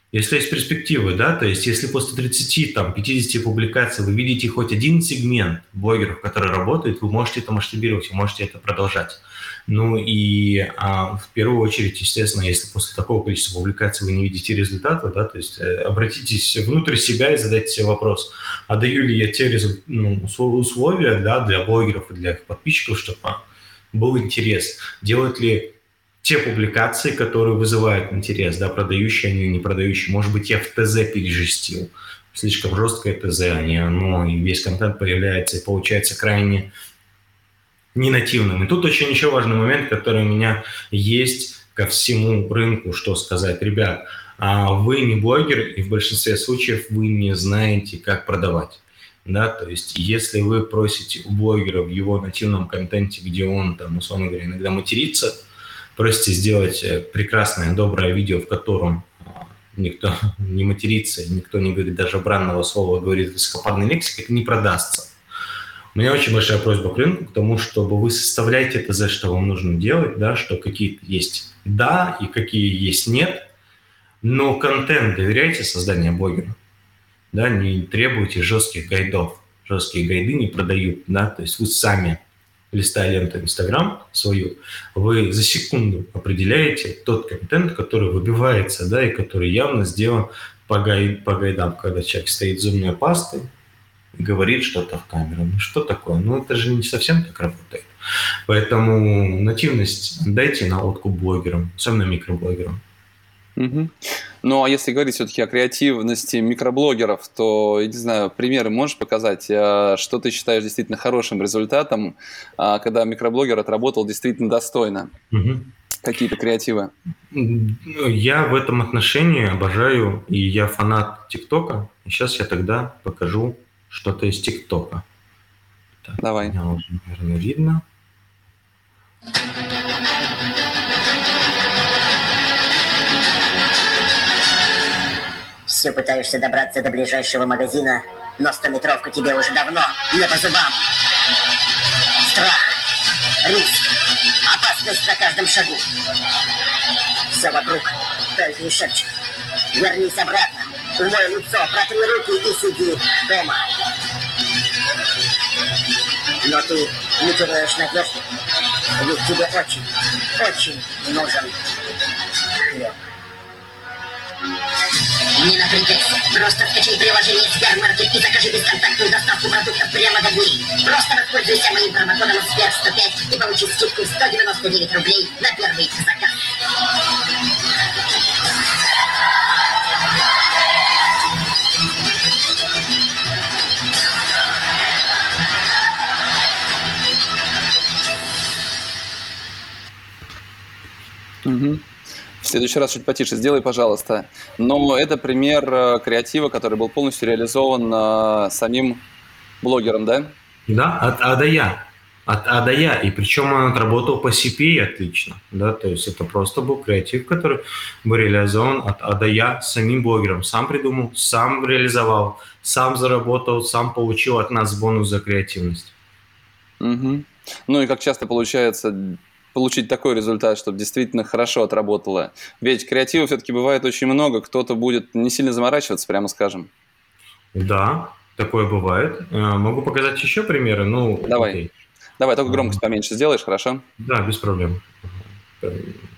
Если есть перспективы, да, то есть если после 30, там, 50 публикаций вы видите хоть один сегмент блогеров, который работает, вы можете это масштабировать, вы можете это продолжать. Ну и в первую очередь, естественно, если после такого количества публикаций вы не видите результата, да, то есть обратитесь внутрь себя и задайте себе вопрос, а даю ли я те условия, да, для блогеров и для их подписчиков, чтобы был интерес, делают ли те публикации, которые вызывают интерес, да, продающие они, не продающие. Может быть, я в ТЗ пережестил, слишком жесткое ТЗ, и весь контент появляется и получается крайне ненативным. И тут очень еще важный момент, который у меня есть ко всему рынку, что сказать. Ребят, вы не блогер, и в большинстве случаев вы не знаете, как продавать. Да, то есть если вы просите у блогера в его нативном контенте, где он, там, условно говоря, иногда матерится, просите сделать прекрасное, доброе видео, в котором никто не матерится, никто не говорит даже бранного слова, говорит высокопарной лексикой, это не продастся. У меня очень большая просьба к рынку, к тому, чтобы вы составляете ТЗ, что вам нужно делать, да, что какие-то есть да и какие есть нет, но контент доверяйте созданию блогера, да, не требуйте жестких гайдов. Жесткие гайды не продают, да, то есть вы сами, листая ленту Инстаграм свою, вы за секунду определяете тот контент, который выбивается, да, и который явно сделан по гайдам, когда человек стоит с зубной пастой и говорит что-то в камеру. Ну что такое? Ну это же не совсем так работает. Поэтому нативность дайте на откуп блогерам, особенно микроблогерам. Угу. Ну, а если говорить все-таки о креативности микроблогеров, то, я не знаю, примеры можешь показать, что ты считаешь действительно хорошим результатом, когда микроблогер отработал действительно достойно? Угу. Какие-то креативы? Я в этом отношении обожаю, и я фанат ТикТока. И сейчас я тогда покажу что-то из ТикТока. Давай. Меня уже, наверное, видно. Все пытаешься добраться до ближайшего магазина, но 100-метровка тебе уже давно не по зубам. Страх, риск, опасность на каждом шагу. Все вокруг только и шепчет. Вернись обратно, умой лицо, протри руки и сиди дома. Но ты не теряешь надежды, ведь тебе очень, очень нужен хлеб. Не напрягайся, просто скачай приложение Сбермаркет и закажи бесконтактную доставку продуктов прямо до двери. Просто воспользуйся моим промокодом СПЕР105 и получи скидку 199 рублей на первый заказ. Угу. В следующий раз чуть потише сделай, пожалуйста. Но это пример креатива, который был полностью реализован самим блогером, да? Да, от А до Я. От А до Я. И причем он отработал по CPA отлично. Да, то есть это просто был креатив, который был реализован от А до Я самим блогером. Сам придумал, сам реализовал, сам заработал, сам получил от нас бонус за креативность. Угу. Ну и как часто получается получить такой результат, чтобы действительно хорошо отработало. Ведь креатива все-таки бывает очень много, кто-то будет не сильно заморачиваться, прямо скажем. Да, такое бывает. Могу показать еще примеры? Ну, давай. Окей. Давай, только громкость поменьше сделаешь, хорошо? Да, без проблем. А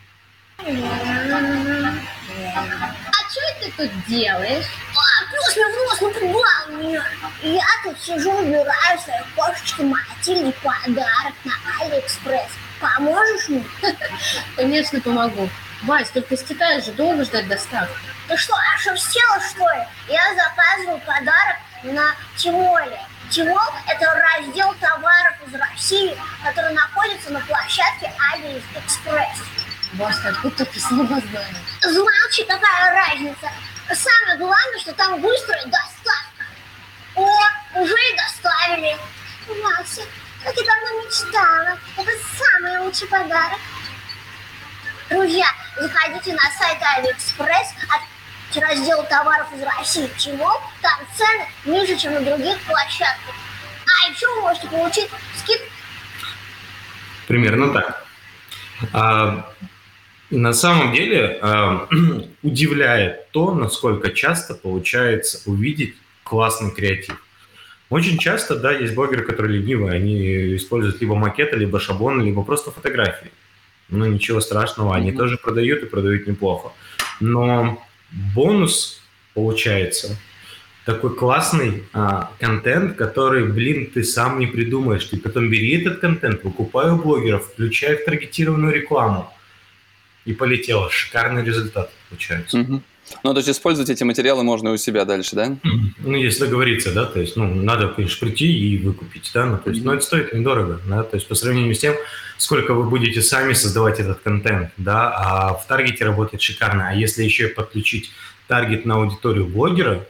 что ты тут делаешь? Просто нос напугал меня. Я тут сижу, убираю своей кошечке Матильде подарок на Алиэкспресс. Поможешь мне? Конечно, помогу. Вась, только стекаешь же, долго ждать доставки. Ты что, ошерстела, что ли? Я заказываю подарок на Тимоле. Тимол – это раздел товаров из России, который находится на площадке Алиэкспресс. Вась, откуда такие слова знаешь? Значит, какая разница? Самое главное, что там быстрая доставка. О, уже и доставили. Вася, как я давно мечтала. Это самый лучший подарок. Друзья, заходите на сайт Алиэкспресс, раздел товаров из России. Чего? Там цены ниже, чем на других площадках. А еще вы можете получить скидку. Примерно так. На самом деле удивляет то, насколько часто получается увидеть классный креатив. Очень часто, да, есть блогеры, которые ленивые, они используют либо макеты, либо шаблоны, либо просто фотографии. Ну, ничего страшного, они тоже продают и продают неплохо. Но бонус получается такой классный контент, который, блин, ты сам не придумаешь. Ты потом бери этот контент, выкупай у блогеров, включай в таргетированную рекламу. И полетело. Шикарный результат получается. Ну, то есть использовать эти материалы можно и у себя дальше, да? Ну, если договориться, да, то есть, ну, надо, конечно, прийти и выкупить, да, ну, то есть, но это стоит недорого, да, то есть по сравнению с тем, сколько вы будете сами создавать этот контент, да, а в таргете работает шикарно, а если еще и подключить таргет на аудиторию блогера,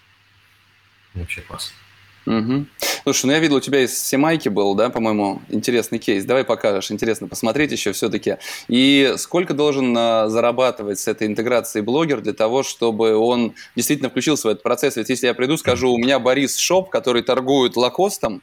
вообще класс. Слушай, ну я видел, у тебя из Семайки был, да, по-моему, интересный кейс. Давай покажешь, интересно посмотреть еще все-таки. И сколько должен зарабатывать с этой интеграцией блогер для того, чтобы он действительно включился в этот процесс? Ведь если я приду, скажу, у меня Борис Шоп, который торгует лакостом,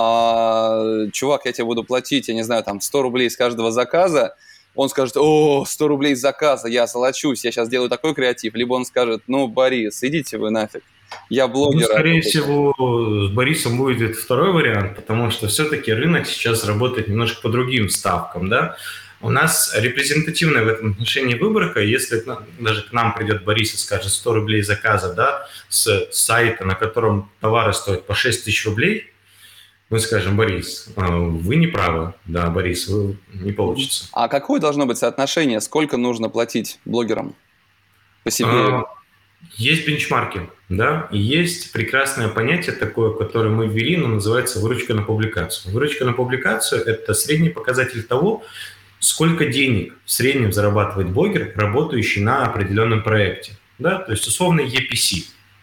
чувак, я тебе буду платить, я не знаю, там 100 рублей с каждого заказа, он скажет, 100 рублей с заказа, я золочусь, я сейчас делаю такой креатив. Либо он скажет, ну, Борис, идите вы нафиг. Я блогер. Ну, скорее всего, с Борисом будет второй вариант, потому что все-таки рынок сейчас работает немножко по другим ставкам, да. У нас репрезентативная в этом отношении выборка. Если даже к нам придет Борис и скажет 100 рублей заказа, да, с сайта, на котором товары стоят по 6 тысяч рублей, мы скажем, Борис, вы не правы. Да, Борис, вы не получится. А какое должно быть соотношение? Сколько нужно платить блогерам по себе? Есть бенчмарки, да, и есть прекрасное понятие такое, которое мы ввели, но называется выручка на публикацию. Выручка на публикацию – это средний показатель того, сколько денег в среднем зарабатывает блогер, работающий на определенном проекте, да, то есть условно EPC.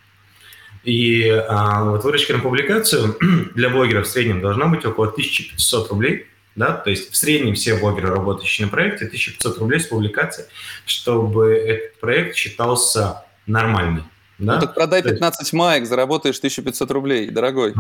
И вот выручка на публикацию для блогера в среднем должна быть около 1500 рублей, да, то есть в среднем все блогеры, работающие на проекте, 1500 рублей с публикацией, чтобы этот проект считался нормальный. Да? Ну, так продай 15 маек, заработаешь 1500 рублей, дорогой.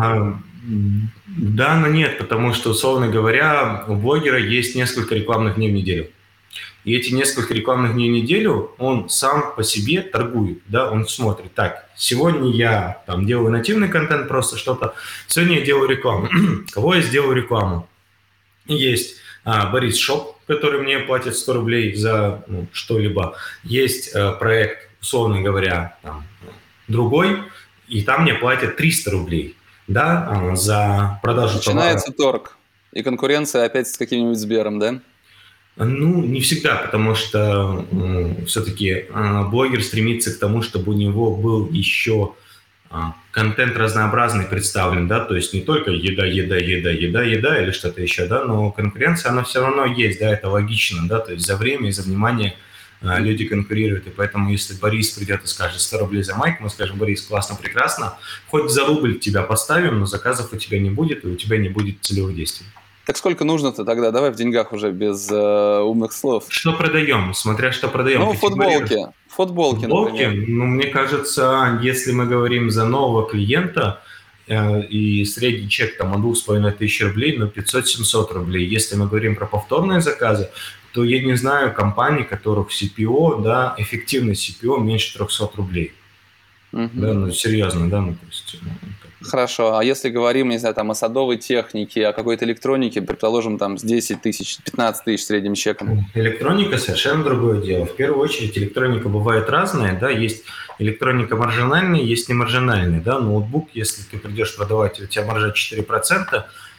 Да, но нет, потому что, условно говоря, у блогера есть несколько рекламных дней в неделю. И эти несколько рекламных дней в неделю он сам по себе торгует, да, он смотрит, так, сегодня я там делаю нативный контент, просто что-то, сегодня я делаю рекламу. Кого я сделаю рекламу? Есть Борис Шоп, который мне платит 100 рублей за что-либо. Есть проект, условно говоря, там, другой, и там мне платят 300 рублей, да, за продажу товара. Начинается торг, и конкуренция опять с каким-нибудь Сбером, да? Ну, не всегда, потому что все-таки блогер стремится к тому, чтобы у него был еще контент разнообразный представлен, да, то есть не только еда или что-то еще, да, но конкуренция, она все равно есть, да, это логично, да, то есть за время и за внимание люди конкурируют, и поэтому если Борис придет и скажет 100 рублей за майк, мы скажем, Борис, классно, прекрасно, хоть за рубль тебя поставим, но заказов у тебя не будет, и у тебя не будет целевых действий. Так сколько нужно-то тогда? Давай в деньгах уже, без умных слов. Что продаем? Смотря что продаем. Ну, футболки, например. Ну, мне кажется, если мы говорим за нового клиента, и средний чек там от 2500 рублей, ну, 500-700 рублей. Если мы говорим про повторные заказы, то я не знаю компаний, которых CPO, да, эффективный CPO меньше 300 рублей. Да, ну, серьезно, да, ну, то есть... Хорошо, а если говорим, не знаю, там, о садовой технике, о какой-то электронике, предположим, там, с 10 тысяч, 15 тысяч средним чеком? Электроника совершенно другое дело. В первую очередь электроника бывает разная, да, есть электроника маржинальная, есть не маржинальная, да, ноутбук, если ты придешь продавать, у тебя маржа 4%,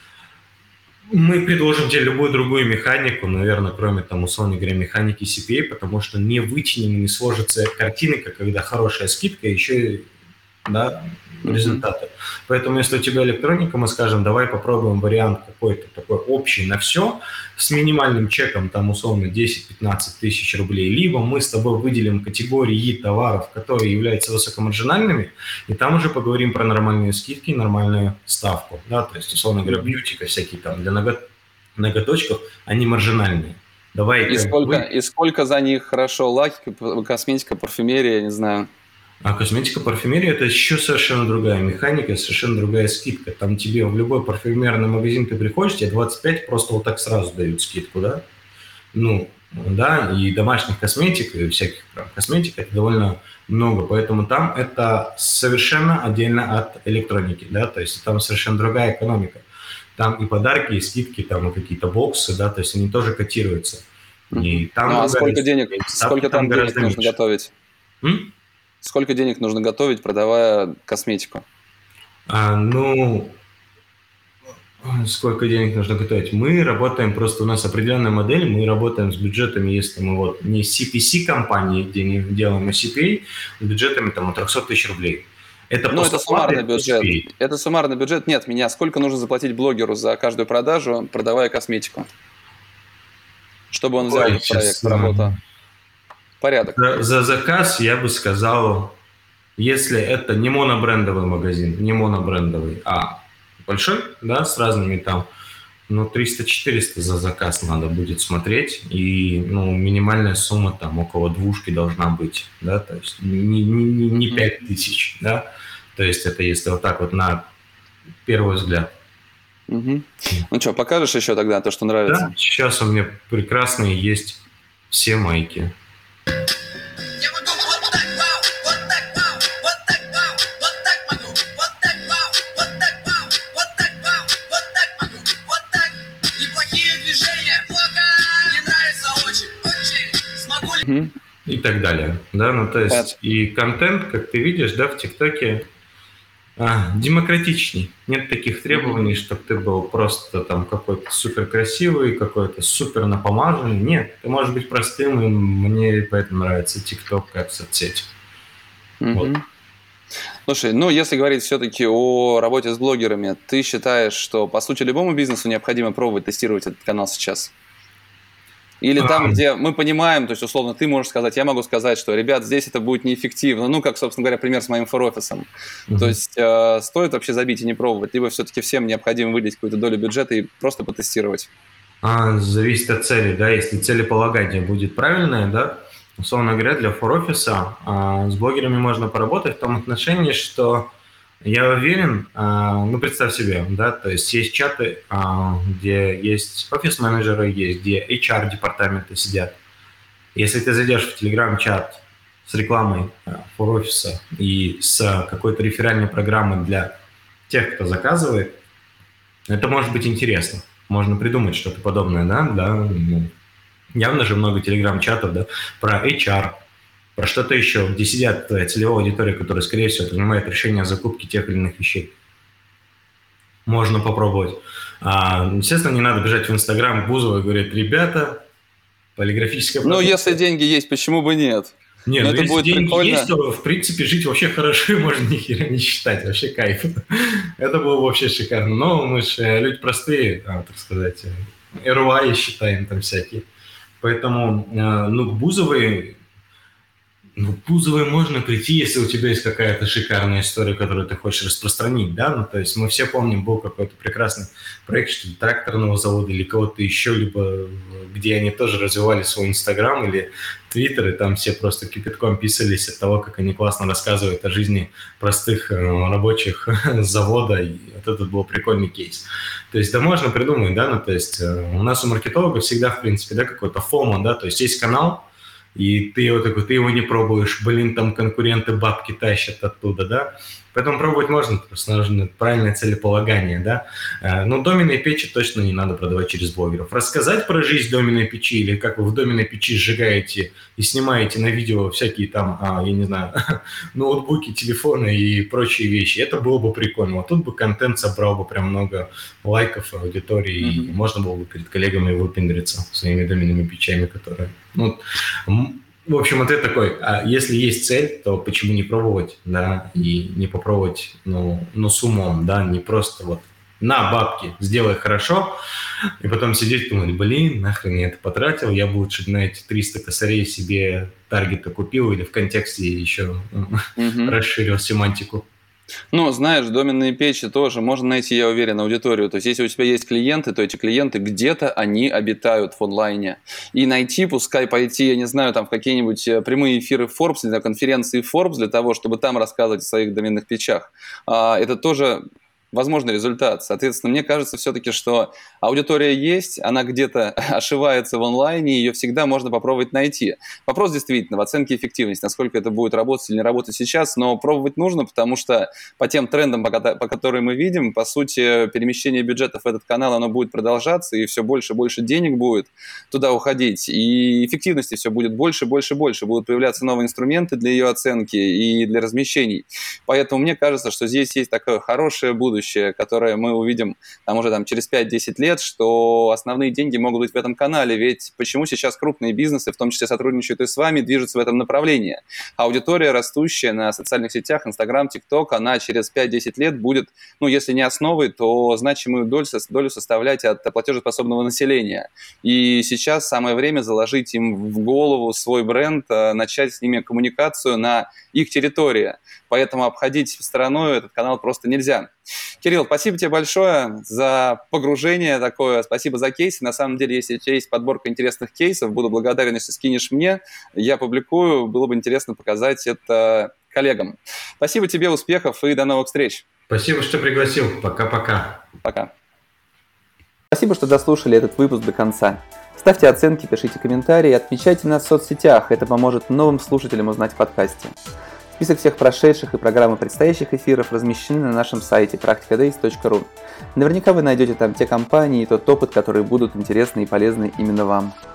мы предложим тебе любую другую механику, наверное, кроме, там, условно говоря, механики CPA, потому что не вытянем, не сложится картинка, когда хорошая скидка, еще и, да, результаты. Поэтому, если у тебя электроника, мы скажем, давай попробуем вариант какой-то такой общий на все, с минимальным чеком, там, условно, 10-15 тысяч рублей, либо мы с тобой выделим категории товаров, которые являются высокомаржинальными, и там уже поговорим про нормальные скидки, нормальную ставку, да, то есть, условно говоря, бьютика всякие там для ноготочков, они маржинальные. Давай. И сколько за них хорошо? Лаки, косметика, парфюмерия, я не знаю. А косметика, парфюмерия – это еще совершенно другая механика, совершенно другая скидка. Там тебе в любой парфюмерный магазин ты приходишь, тебе 25 просто вот так сразу дают скидку, да? ну, да, и домашних косметик, и всяких прям косметик, это довольно много, поэтому там это совершенно отдельно от электроники, да, то есть там совершенно другая экономика. Там и подарки, и скидки, там и какие-то боксы, да, то есть они тоже котируются. И там Ну, а другая сколько история, денег, и ставки сколько там там денег гораздо нужно меньше. готовить? М? Сколько денег нужно готовить, продавая косметику? Ну, сколько денег нужно готовить? Мы работаем, просто у нас определенная модель, мы работаем с бюджетами, если мы вот не CPC-компании, где не делаем CPA, с бюджетами там от 300 тысяч рублей. Это Ну, это после суммарный оплаты бюджет. CPA. Это суммарный бюджет. Нет, меня сколько нужно заплатить блогеру за каждую продажу, продавая косметику? Чтобы он взял Ой, этот проект сейчас, в работу. Порядок. за заказ я бы сказал, если это не монобрендовый магазин, не монобрендовый, а большой, да, с разными там, ну, 300-400 за заказ надо будет смотреть, и, ну, минимальная сумма там около двушки должна быть, да, то есть не 5000, да, то есть это если вот так вот на первый взгляд. Мгм. Ну что, покажешь еще тогда то, что нравится? Да, сейчас у меня прекрасные есть все майки. Я могу вот так, вау, вот так, вау, вот так, вау, вот так могу, вот так, вау, вот так, вау, вот так, вау, вот так могу, вот так. Неплохие движения, плохо, мне нравится очень, смогу ли... Мгм. И так далее, да, ну, то есть Понятно. и контент, как ты видишь, да, в ТикТоке демократичней. Нет таких требований, чтобы ты был просто там какой-то супер красивый, какой-то супер напомаженный. Нет, ты можешь быть простым, и мне поэтому нравится ТикТок как соцсеть. Вот. Мгм. Слушай, ну если говорить все-таки о работе с блогерами, ты считаешь, что по сути любому бизнесу необходимо пробовать тестировать этот канал сейчас? Или там, где мы понимаем, то есть условно ты можешь сказать, я могу сказать, что, ребят, здесь это будет неэффективно, ну как, собственно говоря, пример с моим фор-офисом. То есть стоит вообще забить и не пробовать, либо все-таки всем необходимо выделить какую-то долю бюджета и просто потестировать? Зависит от цели, да, если целеполагание будет правильное, да, условно говоря, для фор-офиса с блогерами можно поработать в том отношении, что я уверен, ну, представь себе, да, то есть чаты, где есть офис-менеджеры, есть где HR-департаменты сидят. Если ты зайдешь в Telegram-чат с рекламой фор-офиса и с какой-то реферальной программой для тех, кто заказывает, это может быть интересно. Можно придумать что-то подобное, да, ну, явно же много телеграм-чатов, да, про HR, про что-то еще, где сидят целевая аудитория, которая, скорее всего, принимает решение о закупке тех или иных вещей. Можно попробовать. Естественно, не надо бежать в Инстаграм Бузова и говорить, ребята, полиграфическая Ну, продукция. если деньги есть, почему бы нет? Не, Но ну это если будет деньги прикольно. есть, то, в принципе, жить вообще хорошо, и можно ни хера не считать, вообще кайф. Это было вообще шикарно. Но мы же люди простые, так сказать, ROI считаем там всякие. Поэтому, ну, к Бузовой можно прийти, если у тебя есть какая-то шикарная история, которую ты хочешь распространить, да, ну, то есть мы все помним, был какой-то прекрасный проект, что ли, тракторного завода или кого-то еще, либо где они тоже развивали свой Инстаграм или Твиттер, и там все просто кипятком писались от того, как они классно рассказывают о жизни простых рабочих завода, и вот это был прикольный кейс. То есть, да, можно придумать, да, ну, то есть у нас у маркетологов всегда, в принципе, да, какой-то фомо, да, то есть есть канал, и ты его не пробуешь, блин, там конкуренты бабки тащат оттуда, да. Поэтому пробовать можно, просто нужно правильное целеполагание, да. Но доменные печи точно не надо продавать через блогеров. Рассказать про жизнь доменной печи или как вы в доменной печи сжигаете и снимаете на видео всякие там, я не знаю, ноутбуки, телефоны и прочие вещи, это было бы прикольно. Вот тут бы контент собрал бы прям много лайков, аудитории, и можно было бы перед коллегами выпендриться своими доменными печами, которые... Ну, в общем, ответ такой, если есть цель, то почему не пробовать, да, и не попробовать, ну с умом, да, не просто вот на бабки сделай хорошо, и потом сидеть и думать, блин, нахрен я это потратил, я бы лучше на эти 300 косарей себе таргета купил или в контексте еще расширил семантику. Ну, знаешь, доменные печи тоже можно найти, я уверен, аудиторию. То есть, если у тебя есть клиенты, то эти клиенты где-то они обитают в онлайне. И найти, пускай пойти, я не знаю, там в какие-нибудь прямые эфиры Forbes или на конференции Forbes для того, чтобы там рассказывать о своих доменных печах. Это тоже возможный результат. Соответственно, мне кажется все-таки, что аудитория есть, она где-то ошивается в онлайне, ее всегда можно попробовать найти. Вопрос действительно в оценке эффективности, насколько это будет работать или не работать сейчас, но пробовать нужно, потому что по тем трендам, по которым мы видим, по сути, перемещение бюджетов в этот канал, оно будет продолжаться, и все больше и больше денег будет туда уходить, и эффективности все будет больше, больше, больше. Будут появляться новые инструменты для ее оценки и для размещений. Поэтому мне кажется, что здесь есть такое хорошее будущее, которое мы увидим уже через 5-10 лет, что основные деньги могут быть в этом канале. Ведь почему сейчас крупные бизнесы, в том числе сотрудничают и с вами, движутся в этом направлении? Аудитория, растущая на социальных сетях, Инстаграм, ТикТок, она через 5-10 лет будет, если не основой, то значимую долю составлять от платежеспособного населения. И сейчас самое время заложить им в голову свой бренд, начать с ними коммуникацию на их территории. Поэтому обходить стороной этот канал просто нельзя. Кирилл, спасибо тебе большое за погружение такое, спасибо за кейсы. На самом деле, если у тебя есть подборка интересных кейсов, буду благодарен, если скинешь мне, я публикую, было бы интересно показать это коллегам. Спасибо тебе, успехов и до новых встреч. Спасибо, что пригласил. Пока-пока. Пока. Спасибо, что дослушали этот выпуск до конца. Ставьте оценки, пишите комментарии, отмечайте нас в соцсетях, это поможет новым слушателям узнать о подкасте. Список всех прошедших и программы предстоящих эфиров размещены на нашем сайте practicadays.ru. Наверняка вы найдете там те компании и тот опыт, которые будут интересны и полезны именно вам.